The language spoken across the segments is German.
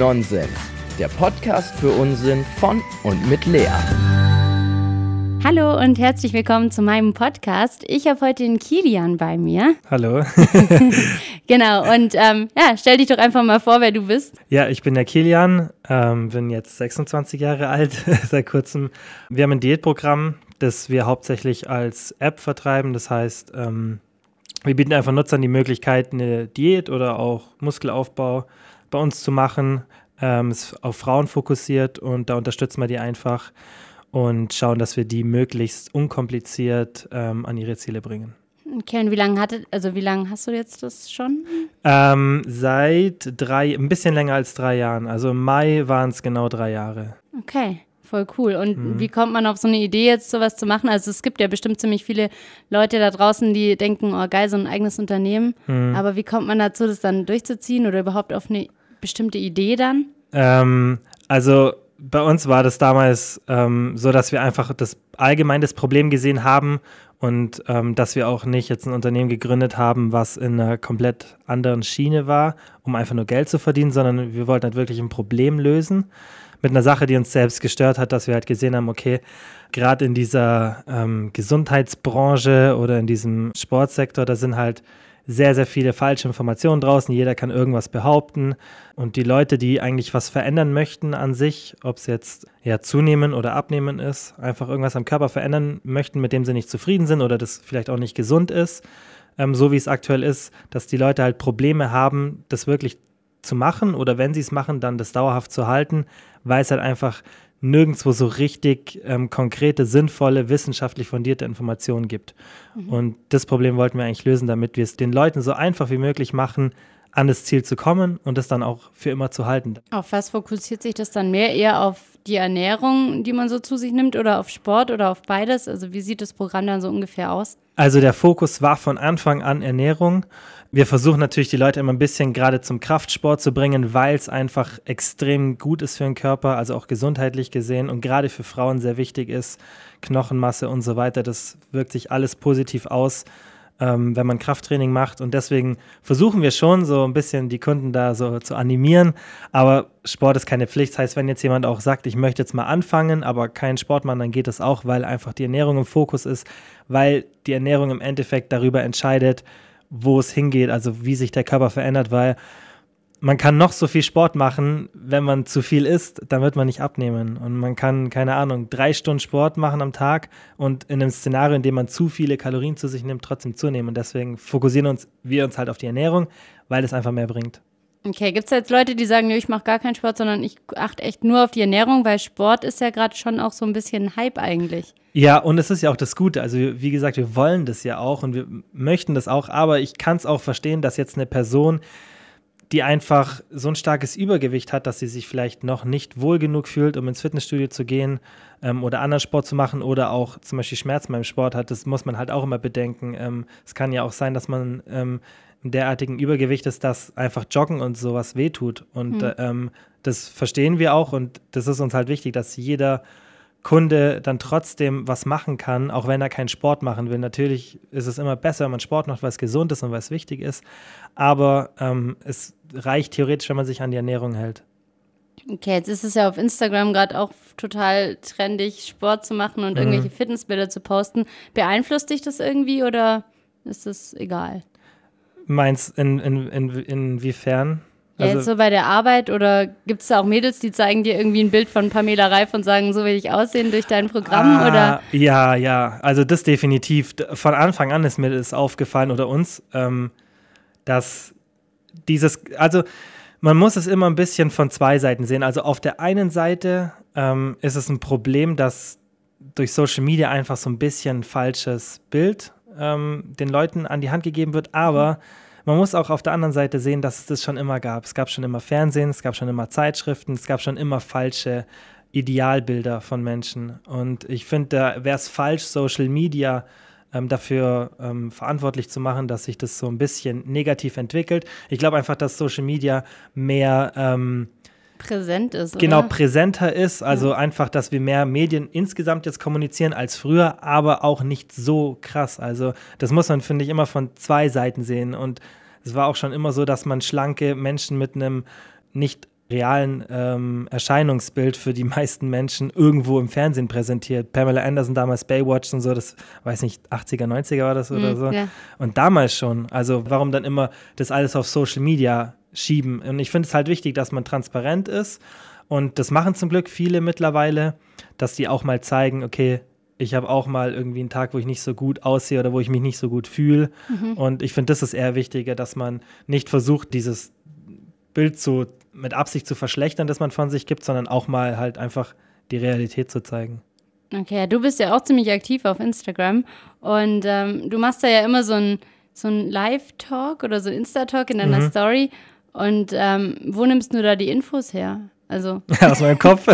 Nonsens, der Podcast für Unsinn von und mit Lea. Hallo und herzlich willkommen zu meinem Podcast. Ich habe heute den Kilian bei mir. Hallo. Genau, und stell dich doch einfach mal vor, wer du bist. Ja, ich bin der Kilian, bin jetzt 26 Jahre alt, seit kurzem. Wir haben ein Diätprogramm, das wir hauptsächlich als App vertreiben. Das heißt, wir bieten einfach Nutzern die Möglichkeit, eine Diät oder auch Muskelaufbau bei uns zu machen. Ist auf Frauen fokussiert und da unterstützen wir die einfach und schauen, dass wir die möglichst unkompliziert an ihre Ziele bringen. Okay, und wie lange hast du jetzt das schon? Seit ein bisschen länger als 3 Jahren. Also im Mai waren es genau 3 Jahre. Okay, voll cool. Und wie kommt man auf so eine Idee, jetzt sowas zu machen? Also es gibt ja bestimmt ziemlich viele Leute da draußen, die denken, oh geil, so ein eigenes Unternehmen. Aber wie kommt man dazu, das dann durchzuziehen oder überhaupt auf eine bestimmte Idee dann? Also bei uns war das damals so, dass wir einfach allgemein das Problem gesehen haben und dass wir auch nicht jetzt ein Unternehmen gegründet haben, was in einer komplett anderen Schiene war, um einfach nur Geld zu verdienen, sondern wir wollten halt wirklich ein Problem lösen mit einer Sache, die uns selbst gestört hat, dass wir halt gesehen haben, okay, gerade in dieser Gesundheitsbranche oder in diesem Sportsektor, da sind halt sehr, sehr viele falsche Informationen draußen. Jeder kann irgendwas behaupten. Und die Leute, die eigentlich was verändern möchten an sich, ob es jetzt zunehmen oder abnehmen ist, einfach irgendwas am Körper verändern möchten, mit dem sie nicht zufrieden sind oder das vielleicht auch nicht gesund ist, so wie es aktuell ist, dass die Leute halt Probleme haben, das wirklich zu machen oder wenn sie es machen, dann das dauerhaft zu halten, weil es halt einfach nirgendwo so richtig konkrete, sinnvolle, wissenschaftlich fundierte Informationen gibt. Und das Problem wollten wir eigentlich lösen, damit wir es den Leuten so einfach wie möglich machen, an das Ziel zu kommen und das dann auch für immer zu halten. Auf was fokussiert sich das dann mehr? Eher auf die Ernährung, die man so zu sich nimmt oder auf Sport oder auf beides? Also wie sieht das Programm dann so ungefähr aus? Also der Fokus war von Anfang an Ernährung. Wir versuchen natürlich die Leute immer ein bisschen gerade zum Kraftsport zu bringen, weil es einfach extrem gut ist für den Körper, also auch gesundheitlich gesehen und gerade für Frauen sehr wichtig ist, Knochenmasse und so weiter. Das wirkt sich alles positiv aus, wenn man Krafttraining macht und deswegen versuchen wir schon so ein bisschen die Kunden da so zu animieren, aber Sport ist keine Pflicht. Das heißt, wenn jetzt jemand auch sagt, ich möchte jetzt mal anfangen, aber keinen Sport machen, dann geht das auch, weil einfach die Ernährung im Fokus ist, weil die Ernährung im Endeffekt darüber entscheidet, wo es hingeht, also wie sich der Körper verändert, weil man kann noch so viel Sport machen, wenn man zu viel isst, dann wird man nicht abnehmen. Und man kann, 3 Stunden Sport machen am Tag und in einem Szenario, in dem man zu viele Kalorien zu sich nimmt, trotzdem zunehmen. Und deswegen fokussieren wir uns halt auf die Ernährung, weil es einfach mehr bringt. Okay, gibt es jetzt Leute, die sagen, ich mache gar keinen Sport, sondern ich achte echt nur auf die Ernährung, weil Sport ist ja gerade schon auch so ein bisschen Hype eigentlich. Ja, und es ist ja auch das Gute. Also wie gesagt, wir wollen das ja auch und wir möchten das auch, aber ich kann es auch verstehen, dass jetzt eine Person, die einfach so ein starkes Übergewicht hat, dass sie sich vielleicht noch nicht wohl genug fühlt, um ins Fitnessstudio zu gehen oder anderen Sport zu machen oder auch zum Beispiel Schmerzen beim Sport hat, das muss man halt auch immer bedenken. Es kann ja auch sein, dass man in derartigen Übergewicht ist, dass einfach Joggen und sowas wehtut. Und das verstehen wir auch und das ist uns halt wichtig, dass jeder Kunde dann trotzdem was machen kann, auch wenn er keinen Sport machen will. Natürlich ist es immer besser, wenn man Sport macht, weil es gesund ist und weil es wichtig ist. Aber es reicht theoretisch, wenn man sich an die Ernährung hält. Okay, jetzt ist es ja auf Instagram gerade auch total trendig, Sport zu machen und irgendwelche Fitnessbilder zu posten. Beeinflusst dich das irgendwie oder ist das egal? Meinst inwiefern? Ja, jetzt so bei der Arbeit oder gibt es da auch Mädels, die zeigen dir irgendwie ein Bild von Pamela Reif und sagen, so will ich aussehen durch dein Programm, oder? Ja, also das definitiv. Von Anfang an ist mir das aufgefallen oder uns, dass also man muss es immer ein bisschen von 2 Seiten sehen. Also auf der einen Seite ist es ein Problem, dass durch Social Media einfach so ein bisschen falsches Bild den Leuten an die Hand gegeben wird, aber man muss auch auf der anderen Seite sehen, dass es das schon immer gab. Es gab schon immer Fernsehen, es gab schon immer Zeitschriften, es gab schon immer falsche Idealbilder von Menschen. Und ich finde, da wäre es falsch, Social Media dafür verantwortlich zu machen, dass sich das so ein bisschen negativ entwickelt. Ich glaube einfach, dass Social Media mehr präsent ist, genau, oder? präsenter ist, also einfach, dass wir mehr Medien insgesamt jetzt kommunizieren als früher, aber auch nicht so krass. Also das muss man, finde ich, immer von 2 Seiten sehen und es war auch schon immer so, dass man schlanke Menschen mit einem nicht realen Erscheinungsbild für die meisten Menschen irgendwo im Fernsehen präsentiert. Pamela Anderson damals Baywatch und so, das weiß nicht, 80er, 90er war das oder so. Ja. Und damals schon. Also warum dann immer das alles auf Social Media schieben? Und ich finde es halt wichtig, dass man transparent ist. Und das machen zum Glück viele mittlerweile, dass die auch mal zeigen, okay, ich habe auch mal irgendwie einen Tag, wo ich nicht so gut aussehe oder wo ich mich nicht so gut fühle. Und ich finde, das ist eher wichtiger, dass man nicht versucht, dieses Bild mit Absicht zu verschlechtern, das man von sich gibt, sondern auch mal halt einfach die Realität zu zeigen. Okay, du bist ja auch ziemlich aktiv auf Instagram und du machst da ja immer so ein Live-Talk oder so ein Insta-Talk in deiner Story und wo nimmst du da die Infos her? Also aus meinem Kopf.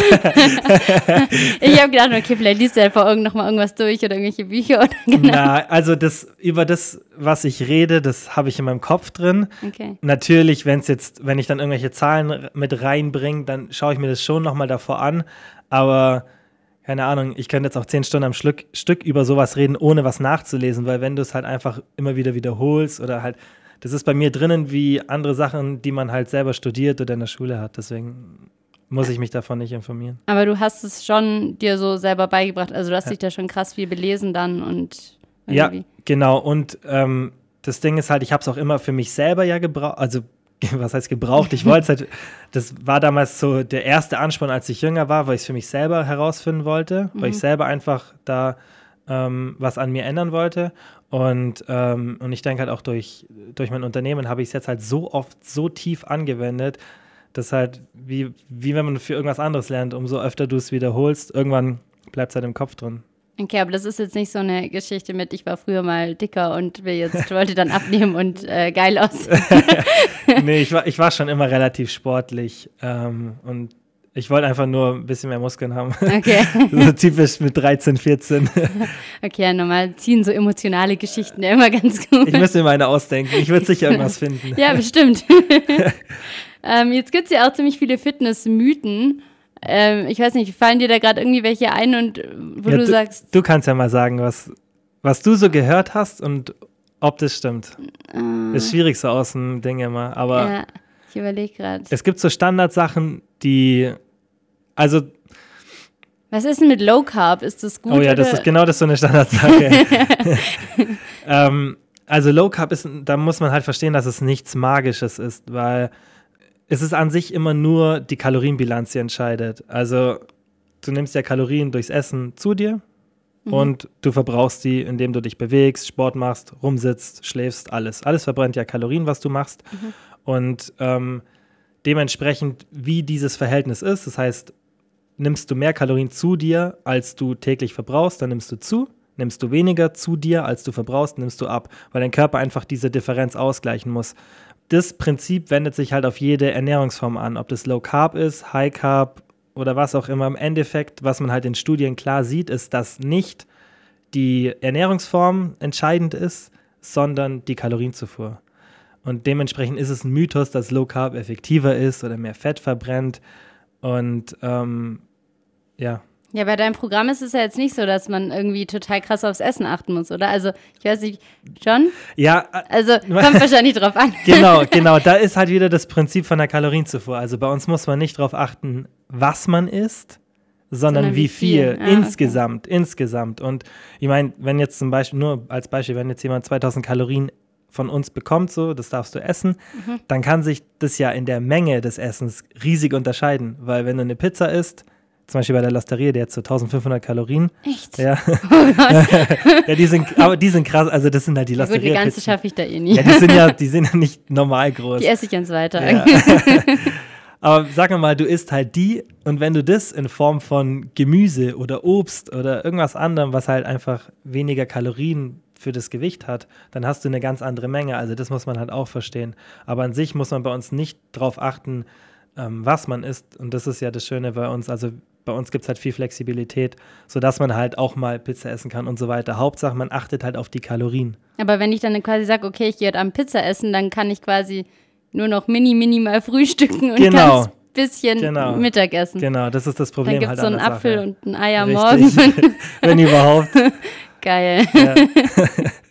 Ich habe gedacht, okay, vielleicht liest du einfach noch mal irgendwas durch oder irgendwelche Bücher oder genau. Na, also über das, was ich rede, das habe ich in meinem Kopf drin. Okay. Natürlich, wenn ich dann irgendwelche Zahlen mit reinbringe, dann schaue ich mir das schon nochmal davor an. Aber keine Ahnung, ich könnte jetzt auch 10 Stunden am Stück über sowas reden, ohne was nachzulesen, weil wenn du es halt einfach immer wieder wiederholst oder halt, das ist bei mir drinnen wie andere Sachen, die man halt selber studiert oder in der Schule hat. Deswegen muss ich mich davon nicht informieren. Aber du hast es schon dir so selber beigebracht. Also du hast dich da schon krass viel belesen dann und irgendwie. Ja, genau. Und das Ding ist halt, ich habe es auch immer für mich selber ja gebraucht. Also was heißt gebraucht? Ich wollte es halt, das war damals so der erste Ansporn, als ich jünger war, weil ich es für mich selber herausfinden wollte, weil ich selber einfach da was an mir ändern wollte. Und ich denke halt auch durch mein Unternehmen habe ich es jetzt halt so oft, so tief angewendet, dass halt, wie wenn man für irgendwas anderes lernt, umso öfter du es wiederholst, irgendwann bleibt es halt im Kopf drin. Okay, aber das ist jetzt nicht so eine Geschichte mit, ich war früher mal dicker und wollte dann abnehmen und geil aussehen. Nee, ich war schon immer relativ sportlich und ich wollte einfach nur ein bisschen mehr Muskeln haben. Okay. So typisch mit 13, 14. Okay, ja, normal ziehen so emotionale Geschichten ja immer ganz gut. Ich müsste mir eine ausdenken. Ich würde sicher irgendwas finden. Ja, bestimmt. Jetzt gibt es ja auch ziemlich viele Fitnessmythen. Ich weiß nicht, fallen dir da gerade irgendwie welche ein und wo ja, du sagst... Du kannst ja mal sagen, was du so gehört hast und ob das stimmt. Ist schwierig so aus dem Ding immer, aber... Ja, ich überlege gerade. Es gibt so Standardsachen, die... Also... Was ist denn mit Low Carb? Ist das gut? Oh ja, das ist so eine Standardsache. Also Low Carb da muss man halt verstehen, dass es nichts Magisches ist, weil es ist an sich immer nur die Kalorienbilanz, die entscheidet. Also du nimmst ja Kalorien durchs Essen zu dir und du verbrauchst die, indem du dich bewegst, Sport machst, rumsitzt, schläfst, alles. Alles verbrennt ja Kalorien, was du machst. Und dementsprechend, wie dieses Verhältnis ist, das heißt, nimmst du mehr Kalorien zu dir, als du täglich verbrauchst, dann nimmst du zu. Nimmst du weniger zu dir, als du verbrauchst, nimmst du ab, weil dein Körper einfach diese Differenz ausgleichen muss. Das Prinzip wendet sich halt auf jede Ernährungsform an, ob das Low Carb ist, High Carb oder was auch immer. Im Endeffekt, was man halt in Studien klar sieht, ist, dass nicht die Ernährungsform entscheidend ist, sondern die Kalorienzufuhr. Und dementsprechend ist es ein Mythos, dass Low Carb effektiver ist oder mehr Fett verbrennt. Und ja. Ja, bei deinem Programm ist es ja jetzt nicht so, dass man irgendwie total krass aufs Essen achten muss, oder? Also, ich weiß nicht, schon? Ja. Also, kommt wahrscheinlich drauf an. Genau. Da ist halt wieder das Prinzip von der Kalorienzufuhr. Also, bei uns muss man nicht drauf achten, was man isst, sondern wie viel. Insgesamt. Und ich meine, wenn jetzt zum Beispiel, nur als Beispiel, wenn jetzt jemand 2000 Kalorien von uns bekommt, so, das darfst du essen, dann kann sich das ja in der Menge des Essens riesig unterscheiden. Weil wenn du eine Pizza isst, zum Beispiel bei der Losteria, der hat so 1500 Kalorien. Echt? Ja. Oh Gott. Ja, die sind krass, also das sind halt die Losteria. Gut, die ganze schaffe ich da eh nie. Ja, die sind ja nicht normal groß. Die esse ich ganz weiter. Ja. Aber sag mal, du isst halt die und wenn du das in Form von Gemüse oder Obst oder irgendwas anderem, was halt einfach weniger Kalorien für das Gewicht hat, dann hast du eine ganz andere Menge. Also das muss man halt auch verstehen. Aber an sich muss man bei uns nicht drauf achten, was man isst. Und das ist ja das Schöne bei uns. Also bei uns gibt es halt viel Flexibilität, sodass man halt auch mal Pizza essen kann und so weiter. Hauptsache, man achtet halt auf die Kalorien. Aber wenn ich dann quasi sage, okay, ich gehe heute Abend Pizza essen, dann kann ich quasi nur noch minimal frühstücken und ganz bisschen Mittag essen. Genau, das ist das Problem. Dann gibt es so einen Apfel und ein Ei am Richtig. Morgen. Wenn überhaupt. Geil. Ja.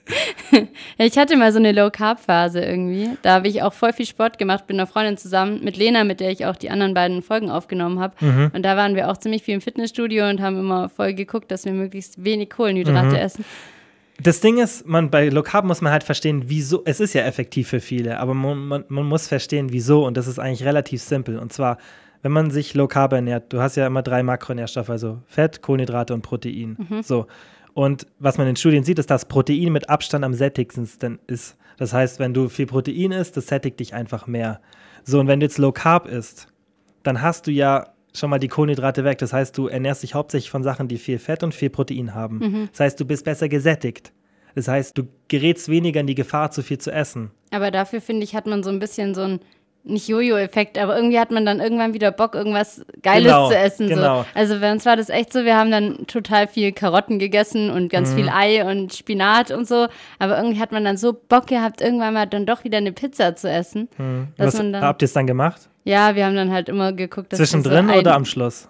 Ich hatte mal so eine Low-Carb-Phase irgendwie. Da habe ich auch voll viel Sport gemacht, bin mit einer Freundin zusammen, mit Lena, mit der ich auch die anderen beiden Folgen aufgenommen habe. Und da waren wir auch ziemlich viel im Fitnessstudio und haben immer voll geguckt, dass wir möglichst wenig Kohlenhydrate essen. Das Ding ist, bei Low Carb muss man halt verstehen, wieso. Es ist ja effektiv für viele, aber man muss verstehen, wieso. Und das ist eigentlich relativ simpel. Und zwar, wenn man sich Low Carb ernährt, du hast ja immer 3 Makronährstoffe, also Fett, Kohlenhydrate und Protein. So. Und was man in Studien sieht, ist, dass Protein mit Abstand am sättigsten ist. Das heißt, wenn du viel Protein isst, das sättigt dich einfach mehr. So, und wenn du jetzt Low Carb isst, dann hast du ja schon mal die Kohlenhydrate weg. Das heißt, du ernährst dich hauptsächlich von Sachen, die viel Fett und viel Protein haben. Das heißt, du bist besser gesättigt. Das heißt, du gerätst weniger in die Gefahr, zu viel zu essen. Aber dafür, finde ich, hat man so ein bisschen so ein, nicht Jojo-Effekt, aber irgendwie hat man dann irgendwann wieder Bock, irgendwas Geiles zu essen. Genau. So. Also bei uns war das echt so, wir haben dann total viel Karotten gegessen und ganz viel Ei und Spinat und so. Aber irgendwie hat man dann so Bock gehabt, irgendwann mal dann doch wieder eine Pizza zu essen. Was habt ihr es dann gemacht? Ja, wir haben dann halt immer geguckt, dass Zwischendrin so oder am Schluss?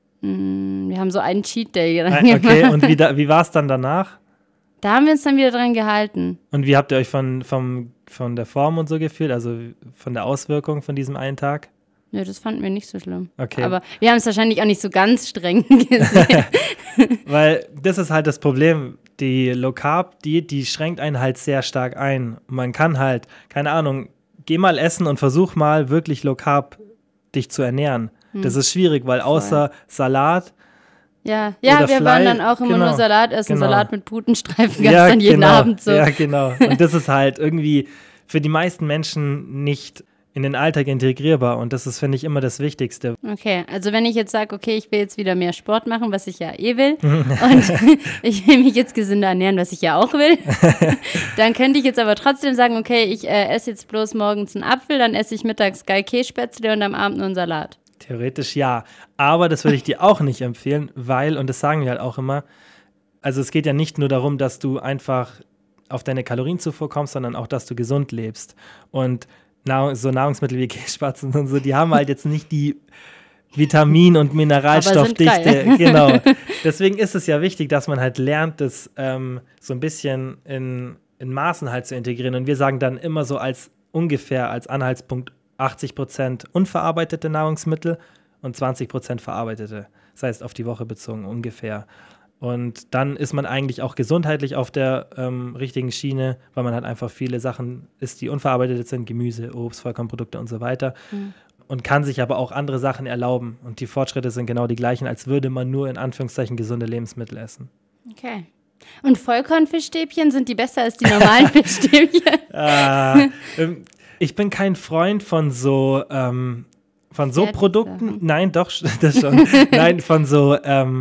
Wir haben so einen Cheat Day Okay, und wie war es dann danach? Da haben wir uns dann wieder dran gehalten. Und wie habt ihr euch von der Form und so gefühlt, also von der Auswirkung von diesem einen Tag? Ja, das fanden wir nicht so schlimm. Okay. Aber wir haben es wahrscheinlich auch nicht so ganz streng gesehen. Weil das ist halt das Problem. Die Low Carb Diät, die schränkt einen halt sehr stark ein. Man kann halt, keine Ahnung, geh mal essen und versuch mal wirklich Low Carb dich zu ernähren. Das ist schwierig, weil außer Salat Ja, oder wir Fleisch, waren dann auch immer nur Salat essen, genau. Salat mit Putenstreifen gab es dann jeden Abend so. Ja, genau. Und das ist halt irgendwie für die meisten Menschen nicht in den Alltag integrierbar und das ist, finde ich, immer das Wichtigste. Okay, also wenn ich jetzt sage, okay, ich will jetzt wieder mehr Sport machen, was ich ja will und ich will mich jetzt gesünder ernähren, was ich ja auch will, dann könnte ich jetzt aber trotzdem sagen, okay, ich esse jetzt bloß morgens einen Apfel, dann esse ich mittags geil Kässpätzle und am Abend nur einen Salat. Theoretisch ja, aber das würde ich dir auch nicht empfehlen, weil, und das sagen wir halt auch immer, also es geht ja nicht nur darum, dass du einfach auf deine Kalorienzufuhr kommst, sondern auch, dass du gesund lebst. Und so Nahrungsmittel wie Kässpätzle und so, die haben halt jetzt nicht die Vitamin- und Mineralstoffdichte. Genau. Deswegen ist es ja wichtig, dass man halt lernt, das so ein bisschen in Maßen halt zu integrieren. Und wir sagen dann immer so als Anhaltspunkt 80% unverarbeitete Nahrungsmittel und 20% verarbeitete. Das heißt, auf die Woche bezogen ungefähr. Und dann ist man eigentlich auch gesundheitlich auf der richtigen Schiene, weil man halt einfach viele Sachen isst, die unverarbeitet sind, Gemüse, Obst, Vollkornprodukte und so weiter. Und kann sich aber auch andere Sachen erlauben. Und die Fortschritte sind genau die gleichen, als würde man nur in Anführungszeichen gesunde Lebensmittel essen. Okay. Und Vollkornfischstäbchen, sind die besser als die normalen Fischstäbchen? Ich bin kein Freund von so Produkten. Nein, doch, das schon. Nein, von so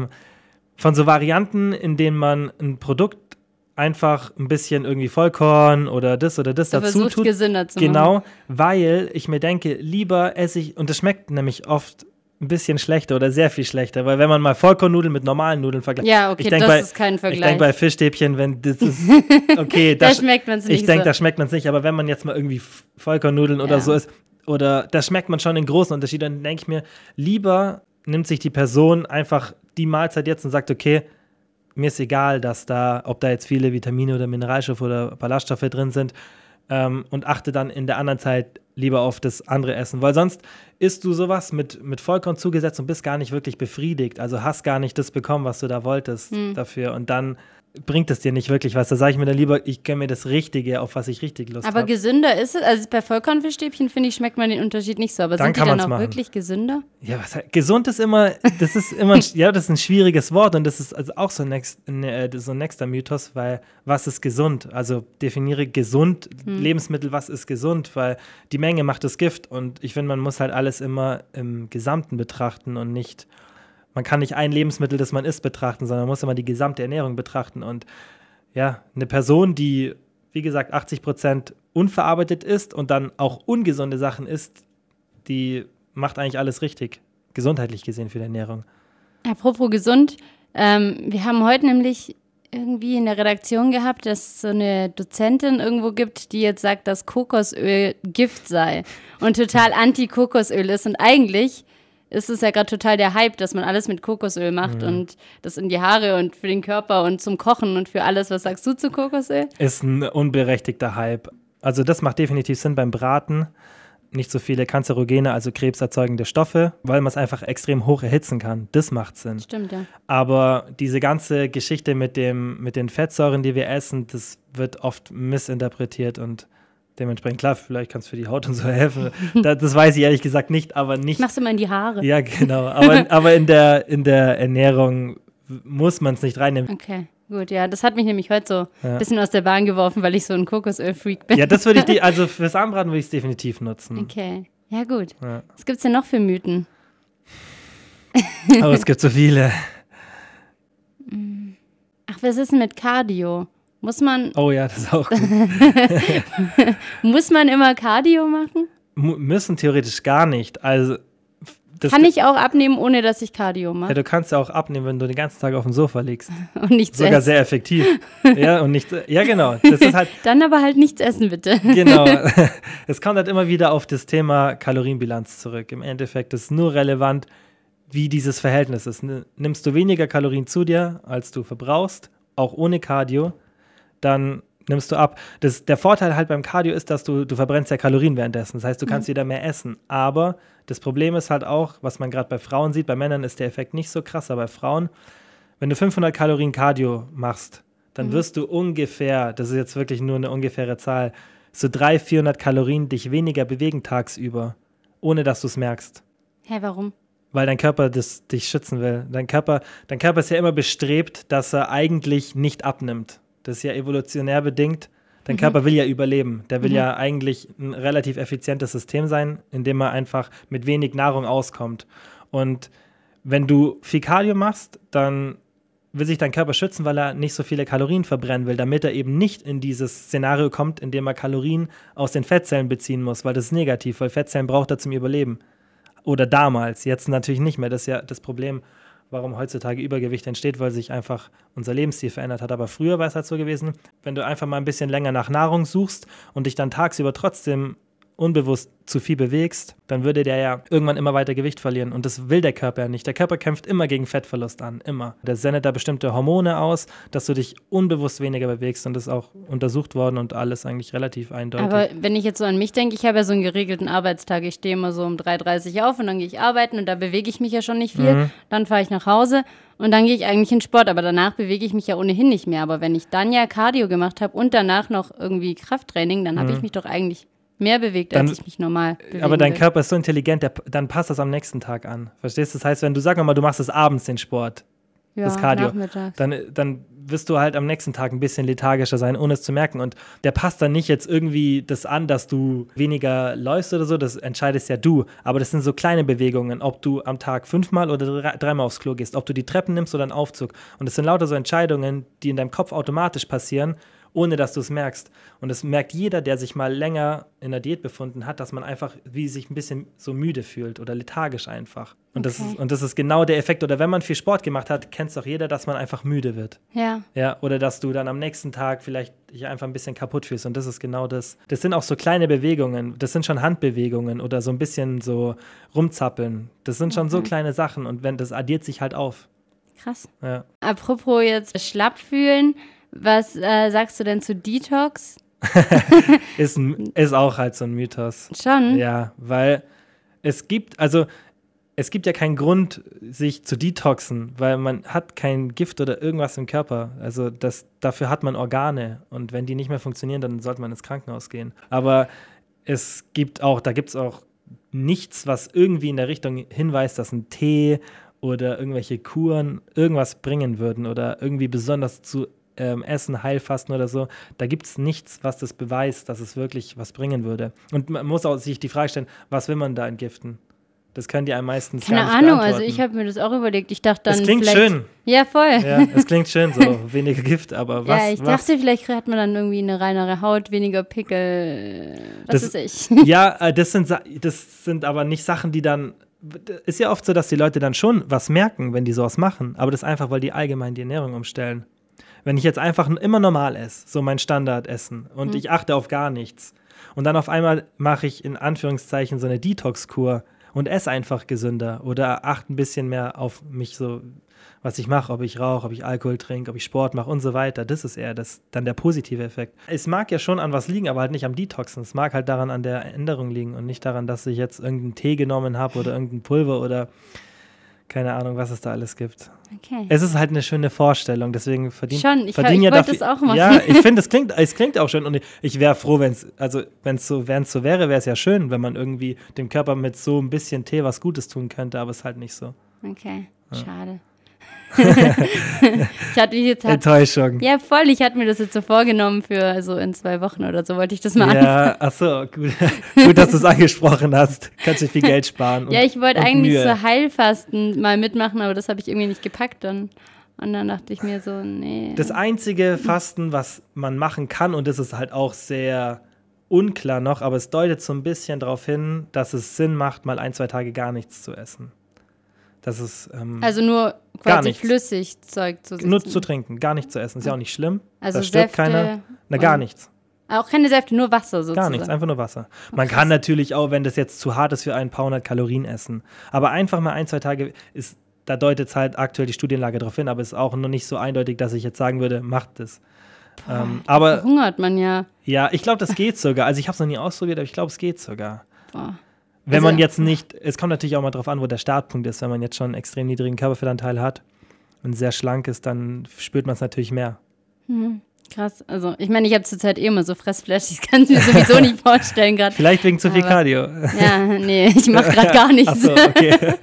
Varianten, in denen man ein Produkt einfach ein bisschen irgendwie Vollkorn oder das dazu tut. Gesünder zu genau, machen. weil ich mir denke, lieber esse ich, und das schmeckt nämlich oft ein bisschen schlechter oder sehr viel schlechter, weil wenn man mal Vollkornnudeln mit normalen Nudeln vergleicht. Ja, okay, das ist kein Vergleich. Ich denke bei Fischstäbchen, wenn das ist, okay. Da schmeckt man es nicht. Ich denke, da schmeckt man es nicht, aber wenn man jetzt mal irgendwie Vollkornnudeln oder so isst, oder da schmeckt man schon den großen Unterschied, dann denke ich mir, lieber nimmt sich die Person einfach die Mahlzeit jetzt und sagt, okay, mir ist egal, ob da jetzt viele Vitamine oder Mineralstoffe oder Ballaststoffe drin sind, und achte dann in der anderen Zeit lieber auf das andere Essen, weil sonst isst du sowas mit Vollkorn zugesetzt und bist gar nicht wirklich befriedigt, also hast gar nicht das bekommen, was du da wolltest dafür und dann bringt es dir nicht wirklich was. Da sage ich mir dann lieber, ich gönne mir das Richtige, auf was ich richtig Lust habe. Aber gesünder ist es? Also bei Vollkornfischstäbchen, finde ich, schmeckt man den Unterschied nicht so. Aber dann sind die dann auch wirklich gesünder? Ja, gesund ist immer, das ist ein schwieriges Wort und das ist also auch so ein nächster Mythos, weil was ist gesund? Also definiere gesund, Lebensmittel, was ist gesund? Weil die Menge macht das Gift und ich finde, man muss halt alles immer im Gesamten betrachten und nicht man kann nicht ein Lebensmittel, das man isst, betrachten, sondern man muss immer die gesamte Ernährung betrachten. Und ja, eine Person, die, wie gesagt, 80% unverarbeitet isst und dann auch ungesunde Sachen isst, die macht eigentlich alles richtig, gesundheitlich gesehen für die Ernährung. Apropos gesund, wir haben heute nämlich irgendwie in der Redaktion gehabt, dass es so eine Dozentin irgendwo gibt, die jetzt sagt, dass Kokosöl Gift sei und total anti-Kokosöl ist. Und eigentlich ist es ja gerade total der Hype, dass man alles mit Kokosöl macht und das in die Haare und für den Körper und zum Kochen und für alles. Was sagst du zu Kokosöl? Ist ein unberechtigter Hype. Also das macht definitiv Sinn beim Braten. Nicht so viele kanzerogene, also krebserzeugende Stoffe, weil man es einfach extrem hoch erhitzen kann. Das macht Sinn. Stimmt, ja. Aber diese ganze Geschichte mit den Fettsäuren, die wir essen, das wird oft missinterpretiert und dementsprechend, klar, vielleicht kann es für die Haut und so helfen. Das weiß ich ehrlich gesagt nicht, aber nicht. Machst du mal in die Haare. Ja, genau. Aber in der Ernährung muss man es nicht reinnehmen. Okay. Gut, ja, das hat mich nämlich heute so ein bisschen aus der Bahn geworfen, weil ich so ein Kokosöl-Freak bin. Ja, das würde ich, also fürs Anbraten würde ich es definitiv nutzen. Okay, ja gut. Ja. Was gibt es denn noch für Mythen? Aber es gibt so viele. Ach, was ist denn mit Cardio? Muss man Oh ja, das ist auch gut. Muss man immer Cardio machen? Müssen theoretisch gar nicht. Also Kann ich auch abnehmen, ohne dass ich Cardio mache? Ja, du kannst ja auch abnehmen, wenn du den ganzen Tag auf dem Sofa liegst. Und nichts Sogar essen. sehr effektiv. Ja, und nicht, ja, genau. Das ist halt, Dann aber halt nichts essen, bitte. genau. Es kommt halt immer wieder auf das Thema Kalorienbilanz zurück. Im Endeffekt ist nur relevant, wie dieses Verhältnis ist. Nimmst du weniger Kalorien zu dir, als du verbrauchst, auch ohne Cardio, dann nimmst du ab. Der Vorteil halt beim Cardio ist, dass du verbrennst ja Kalorien währenddessen. Das heißt, du kannst wieder mehr essen. Aber das Problem ist halt auch, was man gerade bei Frauen sieht, bei Männern ist der Effekt nicht so krass, aber bei Frauen, wenn du 500 Kalorien Cardio machst, dann wirst du ungefähr, das ist jetzt wirklich nur eine ungefähre Zahl, so 300-400 Kalorien dich weniger bewegen tagsüber, ohne dass du es merkst. Hä, warum? Weil dein Körper dich schützen will. Dein Körper ist ja immer bestrebt, dass er eigentlich nicht abnimmt. Das ist ja evolutionär bedingt. Dein Körper will ja überleben. Der will ja eigentlich ein relativ effizientes System sein, in dem er einfach mit wenig Nahrung auskommt. Und wenn du viel Cardio machst, dann will sich dein Körper schützen, weil er nicht so viele Kalorien verbrennen will, damit er eben nicht in dieses Szenario kommt, in dem er Kalorien aus den Fettzellen beziehen muss, weil das ist negativ, weil Fettzellen braucht er zum Überleben. Oder damals, jetzt natürlich nicht mehr. Das ist ja das Problem, warum heutzutage Übergewicht entsteht, weil sich einfach unser Lebensstil verändert hat. Aber früher war es halt so gewesen, wenn du einfach mal ein bisschen länger nach Nahrung suchst und dich dann tagsüber trotzdem unbewusst zu viel bewegst, dann würde der ja irgendwann immer weiter Gewicht verlieren. Und das will der Körper ja nicht. Der Körper kämpft immer gegen Fettverlust an, immer. Der sendet da bestimmte Hormone aus, dass du dich unbewusst weniger bewegst. Und das ist auch untersucht worden und alles eigentlich relativ eindeutig. Aber wenn ich jetzt so an mich denke, ich habe ja so einen geregelten Arbeitstag. Ich stehe immer so um 3:30 Uhr auf und dann gehe ich arbeiten und da bewege ich mich ja schon nicht viel. Dann fahre ich nach Hause und dann gehe ich eigentlich in Sport. Aber danach bewege ich mich ja ohnehin nicht mehr. Aber wenn ich dann ja Cardio gemacht habe und danach noch irgendwie Krafttraining, dann habe ich mich doch eigentlich mehr bewegt, als ich mich normal bewegen Aber dein will. Körper ist so intelligent, dann passt das am nächsten Tag an. Verstehst du? Das heißt, wenn du, sag mal, du machst es abends den Sport, das Cardio, nachmittags. dann wirst du halt am nächsten Tag ein bisschen lethargischer sein, ohne es zu merken. Und der passt dann nicht jetzt irgendwie das an, dass du weniger läufst oder so, das entscheidest ja du. Aber das sind so kleine Bewegungen, ob du am Tag 5-mal oder 3-mal aufs Klo gehst, ob du die Treppen nimmst oder einen Aufzug. Und das sind lauter so Entscheidungen, die in deinem Kopf automatisch passieren, ohne dass du es merkst. Und das merkt jeder, der sich mal länger in der Diät befunden hat, dass man einfach wie sich ein bisschen so müde fühlt oder lethargisch einfach. Und, das ist genau der Effekt. Oder wenn man viel Sport gemacht hat, kennt es doch jeder, dass man einfach müde wird. Ja. Ja, oder dass du dann am nächsten Tag vielleicht dich einfach ein bisschen kaputt fühlst. Und das ist genau das. Das sind auch so kleine Bewegungen. Das sind schon Handbewegungen oder so ein bisschen so rumzappeln. Das sind schon so kleine Sachen. Und das addiert sich halt auf. Krass. Ja. Apropos jetzt schlapp fühlen, was sagst du denn zu Detox? Ist auch halt so ein Mythos. Schon? Ja, weil es gibt ja keinen Grund, sich zu detoxen, weil man hat kein Gift oder irgendwas im Körper. Also dafür hat man Organe und wenn die nicht mehr funktionieren, dann sollte man ins Krankenhaus gehen. Aber da gibt es auch nichts, was irgendwie in der Richtung hinweist, dass ein Tee oder irgendwelche Kuren irgendwas bringen würden oder irgendwie besonders zu Essen, Heilfasten oder so. Da gibt es nichts, was das beweist, dass es wirklich was bringen würde. Und man muss auch sich die Frage stellen, was will man da entgiften? Das können die einem meistens Keine gar nicht Ahnung, beantworten. also ich habe mir das auch überlegt. Ich dachte dann Es klingt vielleicht, schön. Ja, voll. Ja, es klingt schön, so weniger Gift, aber was? Ja, ich dachte, vielleicht hat man dann irgendwie eine reinere Haut, weniger Pickel, was weiß ich. Ja, das sind aber nicht Sachen, die dann. Ist ja oft so, dass die Leute dann schon was merken, wenn die sowas machen, aber das ist einfach, weil die allgemein die Ernährung umstellen. Wenn ich jetzt einfach immer normal esse, so mein Standardessen, und ich achte auf gar nichts und dann auf einmal mache ich in Anführungszeichen so eine Detox-Kur und esse einfach gesünder oder achte ein bisschen mehr auf mich so, was ich mache, ob ich rauche, ob ich Alkohol trinke, ob ich Sport mache und so weiter. Das ist eher dann der positive Effekt. Es mag ja schon an was liegen, aber halt nicht am Detoxen. Es mag halt daran an der Änderung liegen und nicht daran, dass ich jetzt irgendeinen Tee genommen habe oder irgendein Pulver oder keine Ahnung, was es da alles gibt. Okay. Es ist halt eine schöne Vorstellung, deswegen ich wollte es auch machen. Ja, ich finde, es klingt auch schön und ich wäre froh, wenn es so wäre, wäre es ja schön, wenn man irgendwie dem Körper mit so ein bisschen Tee was Gutes tun könnte, aber es ist halt nicht so. Okay, schade. Ich hatte jetzt Enttäuschung. Ja, voll. Ich hatte mir das jetzt so vorgenommen für so in 2 Wochen oder so wollte ich das mal anfangen. Ja, achso, gut. Gut, dass du es angesprochen hast. Kannst du viel Geld sparen. Ja, ich wollte eigentlich so Heilfasten mal mitmachen, aber das habe ich irgendwie nicht gepackt dann. Und dann dachte ich mir so, nee. Das einzige Fasten, was man machen kann, und das ist halt auch sehr unklar noch, aber es deutet so ein bisschen darauf hin, dass es Sinn macht, mal 1-2 Tage gar nichts zu essen. Das ist, also nur quasi Flüssigzeug zu sitzen. Nur zu trinken, gar nichts zu essen. Ist ja auch nicht schlimm. Also da stirbt Säfte keiner. Na, gar nichts. Auch keine Säfte, nur Wasser sozusagen. Gar nichts, einfach nur Wasser. Man kann natürlich auch, wenn das jetzt zu hart ist, für ein paar hundert Kalorien essen. Aber einfach mal 1-2 Tage da deutet es halt aktuell die Studienlage darauf hin, aber es ist auch noch nicht so eindeutig, dass ich jetzt sagen würde, macht das. Aber hungert man ja. Ja, ich glaube, das geht sogar. Also ich habe es noch nie ausprobiert, aber ich glaube, es geht sogar. Boah. Wenn man jetzt nicht, es kommt natürlich auch mal drauf an, wo der Startpunkt ist. Wenn man jetzt schon einen extrem niedrigen Körperfettanteil hat und sehr schlank ist, dann spürt man es natürlich mehr. Krass, also ich meine, ich habe zurzeit immer so Fressflash, ich kann es mir sowieso nicht vorstellen gerade. Vielleicht wegen zu viel Cardio. Ja, nee, ich mache gerade gar nichts. Ach so, okay.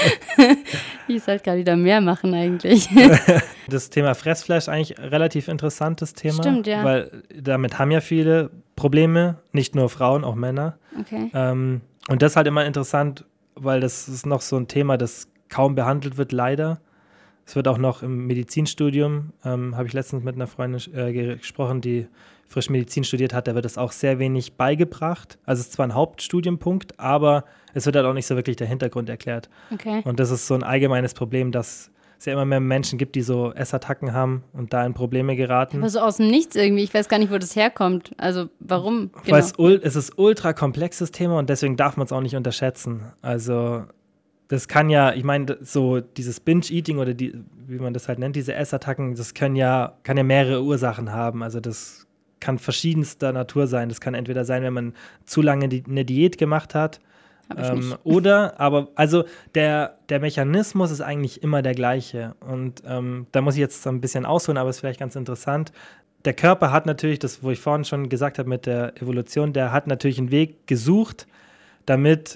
Ich sollte gerade wieder mehr machen eigentlich. Das Thema Fressflash ist eigentlich ein relativ interessantes Thema. Stimmt, ja. Weil damit haben ja viele Probleme, nicht nur Frauen, auch Männer. Okay. Und das ist halt immer interessant, weil das ist noch so ein Thema, das kaum behandelt wird, leider. Es wird auch noch im Medizinstudium, habe ich letztens mit einer Freundin gesprochen, die frisch Medizin studiert hat, da wird es auch sehr wenig beigebracht. Also es ist zwar ein Hauptstudienpunkt, aber es wird halt auch nicht so wirklich der Hintergrund erklärt. Okay. Und das ist so ein allgemeines Problem, dass es ja immer mehr Menschen gibt, die so Essattacken haben und da in Probleme geraten. Aber so aus dem Nichts irgendwie, ich weiß gar nicht, wo das herkommt. Also warum? Genau. Weil es ist ultra komplexes Thema und deswegen darf man es auch nicht unterschätzen. Also das kann ja, ich meine, so dieses Binge-Eating oder wie man das halt nennt, diese Essattacken, das kann ja mehrere Ursachen haben. Also das kann verschiedenster Natur sein. Das kann entweder sein, wenn man zu lange eine Diät gemacht hat, also der Mechanismus ist eigentlich immer der gleiche. Und da muss ich jetzt so ein bisschen ausholen, aber ist vielleicht ganz interessant. Der Körper hat natürlich, das, wo ich vorhin schon gesagt habe mit der Evolution, der hat natürlich einen Weg gesucht, damit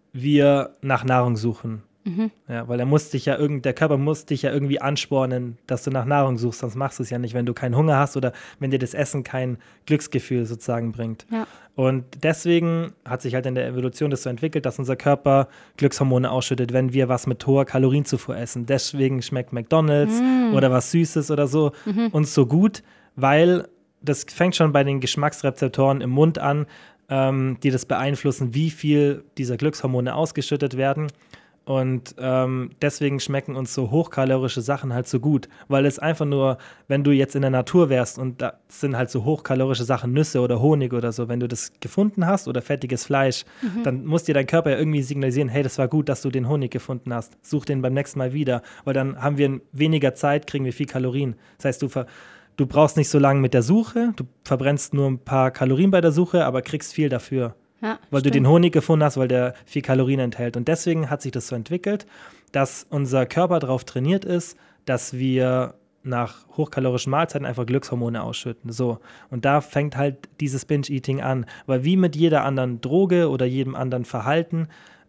wir nach Nahrung suchen. Ja, weil der Körper muss dich ja irgendwie anspornen, dass du nach Nahrung suchst, sonst machst du es ja nicht, wenn du keinen Hunger hast oder wenn dir das Essen kein Glücksgefühl sozusagen bringt. Ja. Und deswegen hat sich halt in der Evolution das so entwickelt, dass unser Körper Glückshormone ausschüttet, wenn wir was mit hoher Kalorienzufuhr essen. Deswegen schmeckt McDonald's oder was Süßes oder so uns so gut, weil das fängt schon bei den Geschmacksrezeptoren im Mund an, die das beeinflussen, wie viel dieser Glückshormone ausgeschüttet werden. Und deswegen schmecken uns so hochkalorische Sachen halt so gut, weil es einfach nur, wenn du jetzt in der Natur wärst und da sind halt so hochkalorische Sachen, Nüsse oder Honig oder so, wenn du das gefunden hast oder fettiges Fleisch, dann muss dir dein Körper ja irgendwie signalisieren, hey, das war gut, dass du den Honig gefunden hast, such den beim nächsten Mal wieder, weil dann haben wir in weniger Zeit, kriegen wir viel Kalorien. Das heißt, du brauchst nicht so lange mit der Suche, du verbrennst nur ein paar Kalorien bei der Suche, aber kriegst viel dafür. Ja, weil du den Honig gefunden hast, weil der viel Kalorien enthält. Und deswegen hat sich das so entwickelt, dass unser Körper darauf trainiert ist, dass wir nach hochkalorischen Mahlzeiten einfach Glückshormone ausschütten. So. Und da fängt halt dieses Binge-Eating an. Weil wie mit jeder anderen Droge oder jedem anderen Verhalten,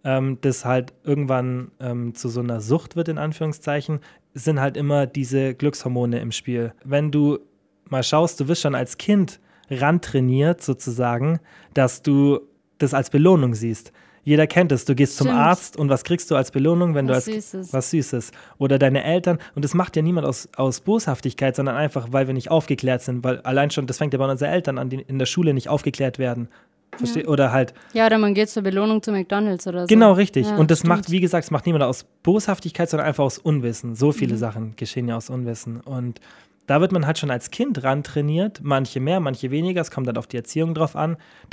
das halt irgendwann zu so einer Sucht wird, in Anführungszeichen, sind halt immer diese Glückshormone im Spiel. Wenn du mal schaust, du wirst schon als Kind rantrainiert sozusagen, dass du das als Belohnung siehst. Jeder kennt es. Du gehst zum Arzt und was kriegst du als Belohnung, wenn was Süßes. Oder deine Eltern. Und das macht ja niemand aus Boshaftigkeit, sondern einfach, weil wir nicht aufgeklärt sind. Weil allein schon, das fängt ja bei unseren Eltern an, die in der Schule nicht aufgeklärt werden. Ja. Oder halt. Ja, oder man geht zur Belohnung zu McDonald's oder so. Genau, richtig. Ja, und das macht, wie gesagt, es macht niemand aus Boshaftigkeit, sondern einfach aus Unwissen. So viele Sachen geschehen ja aus Unwissen. Und da wird man halt schon als Kind ran trainiert, manche mehr, manche weniger, es kommt dann auf die Erziehung drauf an, dass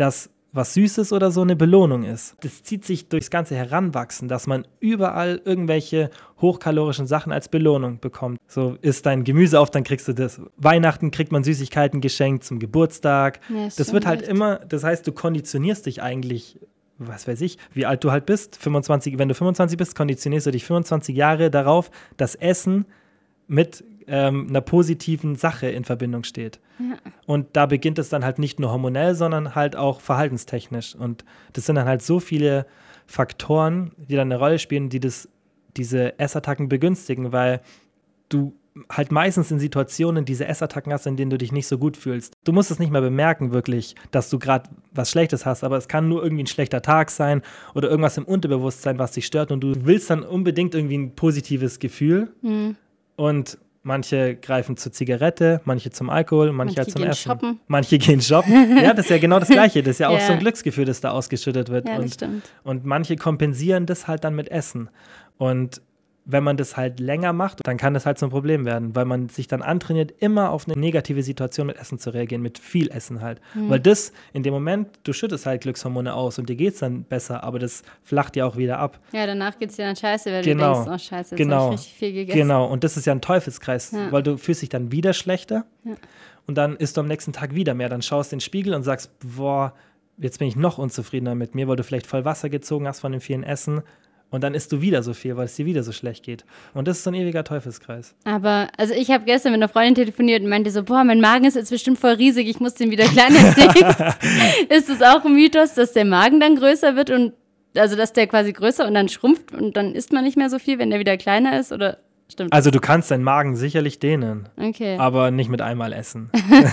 was Süßes oder so eine Belohnung ist. Das zieht sich durchs ganze Heranwachsen, dass man überall irgendwelche hochkalorischen Sachen als Belohnung bekommt. So, isst dein Gemüse auf, dann kriegst du das. Weihnachten kriegt man Süßigkeiten geschenkt zum Geburtstag. Ja, das wird halt immer, das heißt, du konditionierst dich eigentlich, was weiß ich, wie alt du halt bist. 25, wenn du 25 bist, konditionierst du dich 25 Jahre darauf, dass Essen mit einer positiven Sache in Verbindung steht. Ja. Und da beginnt es dann halt nicht nur hormonell, sondern halt auch verhaltenstechnisch. Und das sind dann halt so viele Faktoren, die dann eine Rolle spielen, die diese Essattacken begünstigen, weil du halt meistens in Situationen diese Essattacken hast, in denen du dich nicht so gut fühlst. Du musst es nicht mehr bemerken wirklich, dass du gerade was Schlechtes hast, aber es kann nur irgendwie ein schlechter Tag sein oder irgendwas im Unterbewusstsein, was dich stört und du willst dann unbedingt irgendwie ein positives Gefühl und manche greifen zur Zigarette, manche zum Alkohol, manche halt zum Essen. Shoppen. Manche gehen shoppen. Ja, das ist ja genau das Gleiche. Das ist ja auch so ein Glücksgefühl, das da ausgeschüttet wird. Ja, das stimmt. Und manche kompensieren das halt dann mit Essen. Und wenn man das halt länger macht, dann kann das halt so ein Problem werden, weil man sich dann antrainiert, immer auf eine negative Situation mit Essen zu reagieren, mit viel Essen halt. Weil das, in dem Moment, du schüttest halt Glückshormone aus und dir geht's dann besser, aber das flacht ja auch wieder ab. Ja, danach geht's dir dann scheiße, weil du denkst, oh scheiße, jetzt habe ich richtig viel gegessen. Genau, und das ist ja ein Teufelskreis, weil du fühlst dich dann wieder schlechter und dann isst du am nächsten Tag wieder mehr. Dann schaust du in den Spiegel und sagst, boah, jetzt bin ich noch unzufriedener mit mir, weil du vielleicht voll Wasser gezogen hast von dem vielen Essen. Und dann isst du wieder so viel, weil es dir wieder so schlecht geht. Und das ist so ein ewiger Teufelskreis. Aber, also ich habe gestern mit einer Freundin telefoniert und meinte so, boah, mein Magen ist jetzt bestimmt voll riesig, ich muss den wieder kleiner kriegen. Ist es auch ein Mythos, dass der Magen dann größer wird und, also dass der quasi größer und dann schrumpft und dann isst man nicht mehr so viel, wenn der wieder kleiner ist, oder stimmt? Also du kannst deinen Magen sicherlich dehnen, okay, aber nicht mit einmal essen.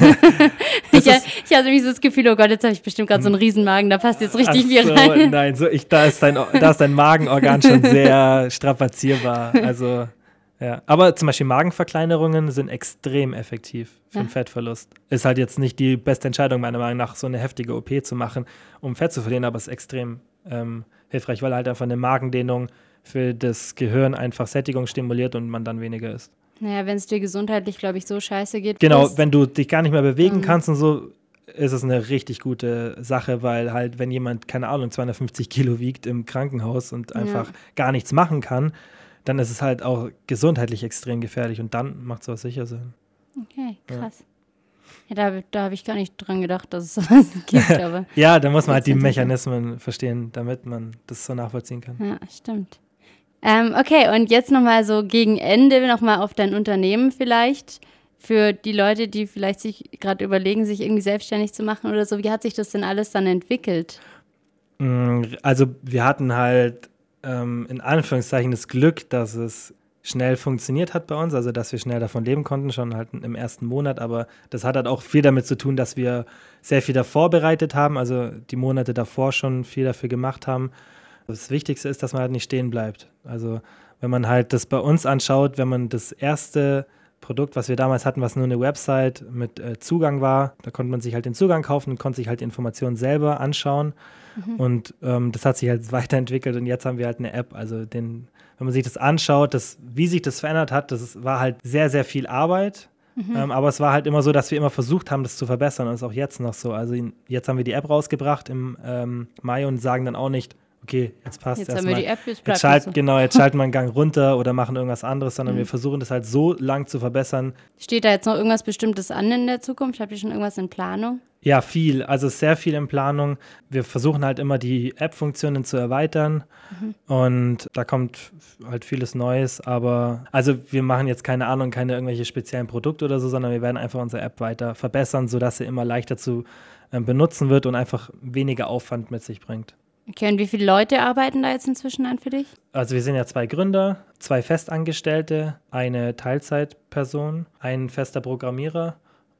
Ich hatte nämlich so das Gefühl, oh Gott, jetzt habe ich bestimmt gerade so einen Riesenmagen, da passt jetzt richtig viel rein. Nein, da ist dein Magenorgan schon sehr strapazierbar. Also, ja. Aber zum Beispiel Magenverkleinerungen sind extrem effektiv für den Fettverlust. Ist halt jetzt nicht die beste Entscheidung, meiner Meinung nach, so eine heftige OP zu machen, um Fett zu verlieren, aber es ist extrem hilfreich, weil halt einfach eine Magendehnung für das Gehirn einfach Sättigung stimuliert und man dann weniger isst. Naja, wenn es dir gesundheitlich, glaube ich, so scheiße geht. Genau, wenn du dich gar nicht mehr bewegen kannst und so, ist es eine richtig gute Sache, weil halt, wenn jemand, keine Ahnung, 250 Kilo wiegt im Krankenhaus und einfach gar nichts machen kann, dann ist es halt auch gesundheitlich extrem gefährlich und dann macht sowas sicher Sinn. Okay, krass. Ja, da habe ich gar nicht dran gedacht, dass es sowas gibt. Aber ja, da muss man halt die Mechanismen verstehen, damit man das so nachvollziehen kann. Ja, stimmt. Okay, und jetzt nochmal so gegen Ende nochmal auf dein Unternehmen vielleicht. Für die Leute, die vielleicht sich gerade überlegen, sich irgendwie selbstständig zu machen oder so. Wie hat sich das denn alles dann entwickelt? Also wir hatten halt in Anführungszeichen das Glück, dass es schnell funktioniert hat bei uns, also dass wir schnell davon leben konnten, schon halt im ersten Monat, aber das hat halt auch viel damit zu tun, dass wir sehr viel davor bereitet haben, also die Monate davor schon viel dafür gemacht haben. Das Wichtigste ist, dass man halt nicht stehen bleibt. Also wenn man halt das bei uns anschaut, wenn man das erste Produkt, was wir damals hatten, was nur eine Website mit Zugang war, da konnte man sich halt den Zugang kaufen und konnte sich halt die Informationen selber anschauen. Und das hat sich halt weiterentwickelt und jetzt haben wir halt eine App. Also wenn man sich das anschaut, wie sich das verändert hat, das war halt sehr, sehr viel Arbeit. Aber es war halt immer so, dass wir immer versucht haben, das zu verbessern und das ist auch jetzt noch so. Also jetzt haben wir die App rausgebracht im Mai und sagen dann auch nicht, okay, jetzt passt jetzt erstmal. Haben wir die App, jetzt bleibt so. Genau, jetzt schalten wir einen Gang runter oder machen irgendwas anderes, sondern wir versuchen das halt so lang zu verbessern. Steht da jetzt noch irgendwas Bestimmtes an in der Zukunft? Habt ihr schon irgendwas in Planung? Ja, viel. Also sehr viel in Planung. Wir versuchen halt immer die App-Funktionen zu erweitern und da kommt halt vieles Neues, aber also wir machen jetzt keine irgendwelche speziellen Produkte oder so, sondern wir werden einfach unsere App weiter verbessern, sodass sie immer leichter zu benutzen wird und einfach weniger Aufwand mit sich bringt. Okay, und wie viele Leute arbeiten da jetzt inzwischen an für dich? Also wir sind ja 2 Gründer, 2 Festangestellte, eine Teilzeitperson, ein fester Programmierer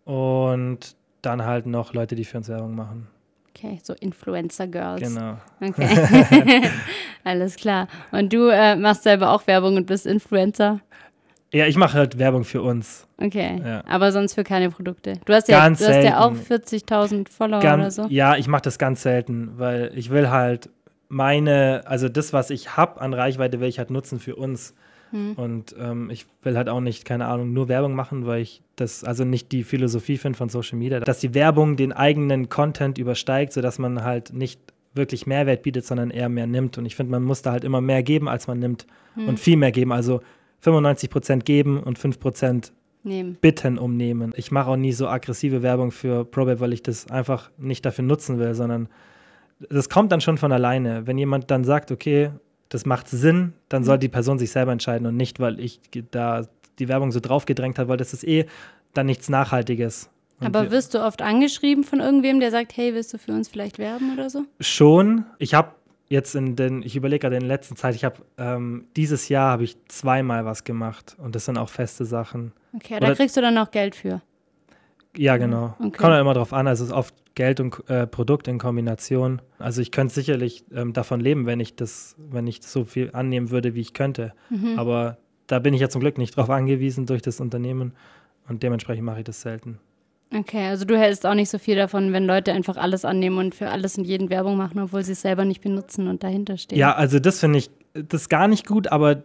und dann halt noch Leute, die für uns Werbung machen. Okay, so Influencer-Girls. Genau. Okay, alles klar. Und du machst selber auch Werbung und bist Influencer? Ja, ich mache halt Werbung für uns. Okay, ja. Aber sonst für keine Produkte. Du hast ja auch 40.000 Follower oder so. Ja, ich mache das ganz selten, weil ich will halt also das, was ich habe an Reichweite, will ich halt nutzen für uns. Und ich will halt auch nicht, keine Ahnung, nur Werbung machen, weil ich das also nicht die Philosophie finde von Social Media, dass die Werbung den eigenen Content übersteigt, sodass man halt nicht wirklich Mehrwert bietet, sondern eher mehr nimmt. Und ich finde, man muss da halt immer mehr geben, als man nimmt und viel mehr geben. Also 95% geben und 5% bitten um nehmen. Ich mache auch nie so aggressive Werbung für ProBabe, weil ich das einfach nicht dafür nutzen will, sondern das kommt dann schon von alleine. Wenn jemand dann sagt, okay, das macht Sinn, dann soll die Person sich selber entscheiden und nicht, weil ich da die Werbung so drauf gedrängt habe, weil das ist dann nichts Nachhaltiges. Aber wirst du oft angeschrieben von irgendwem, der sagt, hey, willst du für uns vielleicht werben oder so? Schon. Ich habe jetzt ich überlege gerade in der letzten Zeit, dieses Jahr habe ich 2-mal was gemacht und das sind auch feste Sachen. Okay, da kriegst du dann auch Geld für? Ja, genau. Okay. Kommt halt immer drauf an, also es ist oft Geld und Produkt in Kombination. Also ich könnte sicherlich davon leben, wenn ich so viel annehmen würde, wie ich könnte. Aber da bin ich ja zum Glück nicht drauf angewiesen durch das Unternehmen und dementsprechend mache ich das selten. Okay, also du hältst auch nicht so viel davon, wenn Leute einfach alles annehmen und für alles und jeden Werbung machen, obwohl sie es selber nicht benutzen und dahinter stehen. Ja, also das finde ich, das ist gar nicht gut, aber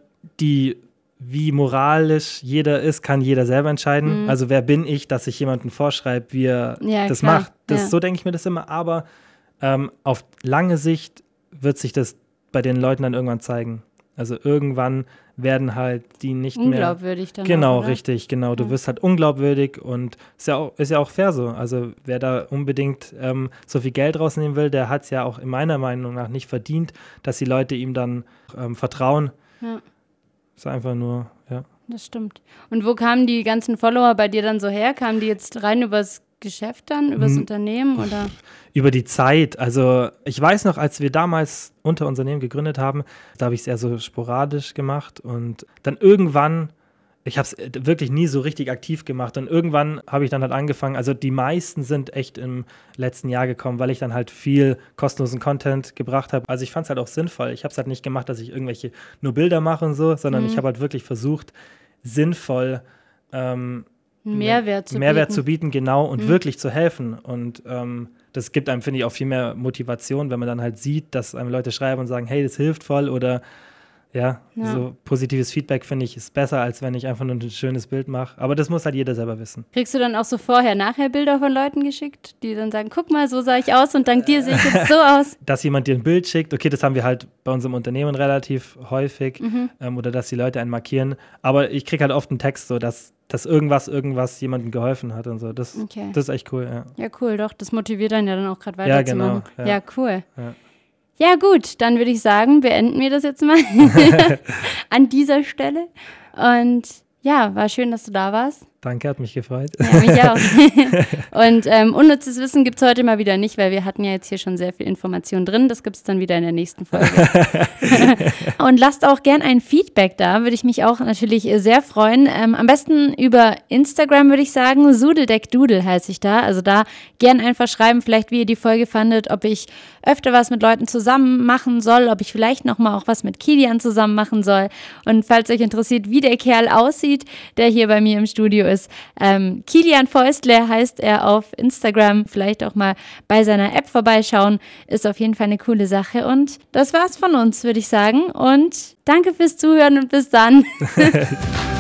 wie moralisch jeder ist, kann jeder selber entscheiden. Also wer bin ich, dass ich jemandem vorschreibe, wie er das macht. So denke ich mir das immer, aber auf lange Sicht wird sich das bei den Leuten dann irgendwann zeigen. Also irgendwann werden halt die nicht unglaubwürdig mehr… Dann genau, auch, richtig, genau. Du wirst halt unglaubwürdig und ist ja auch fair so. Also wer da unbedingt so viel Geld rausnehmen will, der hat es ja auch in meiner Meinung nach nicht verdient, dass die Leute ihm dann vertrauen. Ja. Ist einfach nur, ja. Das stimmt. Und wo kamen die ganzen Follower bei dir dann so her? Kamen die jetzt rein übers Geschäft dann, übers Unternehmen oder? Über die Zeit. Also ich weiß noch, als wir damals unser Unternehmen gegründet haben, da habe ich es eher so sporadisch gemacht und dann irgendwann, ich habe es wirklich nie so richtig aktiv gemacht und irgendwann habe ich dann halt angefangen, also die meisten sind echt im letzten Jahr gekommen, weil ich dann halt viel kostenlosen Content gebracht habe. Also ich fand es halt auch sinnvoll. Ich habe es halt nicht gemacht, dass ich irgendwelche nur Bilder mache und so, sondern ich habe halt wirklich versucht, sinnvoll Mehrwert zu bieten, genau, und wirklich zu helfen. Und das gibt einem, finde ich, auch viel mehr Motivation, wenn man dann halt sieht, dass einem Leute schreiben und sagen, hey, das hilft voll oder so positives Feedback, finde ich, ist besser, als wenn ich einfach nur ein schönes Bild mache. Aber das muss halt jeder selber wissen. Kriegst du dann auch so vorher-nachher Bilder von Leuten geschickt, die dann sagen, guck mal, so sah ich aus und dank dir sehe ich jetzt so aus? Dass jemand dir ein Bild schickt, okay, das haben wir halt bei unserem Unternehmen relativ häufig, oder dass die Leute einen markieren. Aber ich kriege halt oft einen Text, so dass irgendwas jemandem geholfen hat und so. Das ist echt cool, ja. Ja, cool, doch. Das motiviert dann ja dann auch gerade weiterzumachen. Ja, genau. Ja, cool. Ja, gut, dann würde ich sagen, beenden wir das jetzt mal an dieser Stelle. Und ja, war schön, dass du da warst. Danke, hat mich gefreut. Ja, mich auch. Und unnützes Wissen gibt es heute mal wieder nicht, weil wir hatten ja jetzt hier schon sehr viel Information drin. Das gibt es dann wieder in der nächsten Folge. Und lasst auch gern ein Feedback da, würde ich mich auch natürlich sehr freuen. Am besten über Instagram, würde ich sagen. Sudeldeckdudel heiße ich da. Also da gern einfach schreiben, vielleicht wie ihr die Folge fandet, ob ich öfter was mit Leuten zusammen machen soll, ob ich vielleicht nochmal auch was mit Kilian zusammen machen soll. Und falls euch interessiert, wie der Kerl aussieht, der hier bei mir im Studio ist, Kilian Fäustler heißt er auf Instagram. Vielleicht auch mal bei seiner App vorbeischauen. Ist auf jeden Fall eine coole Sache. Und das war's von uns, würde ich sagen. Und danke fürs Zuhören und bis dann.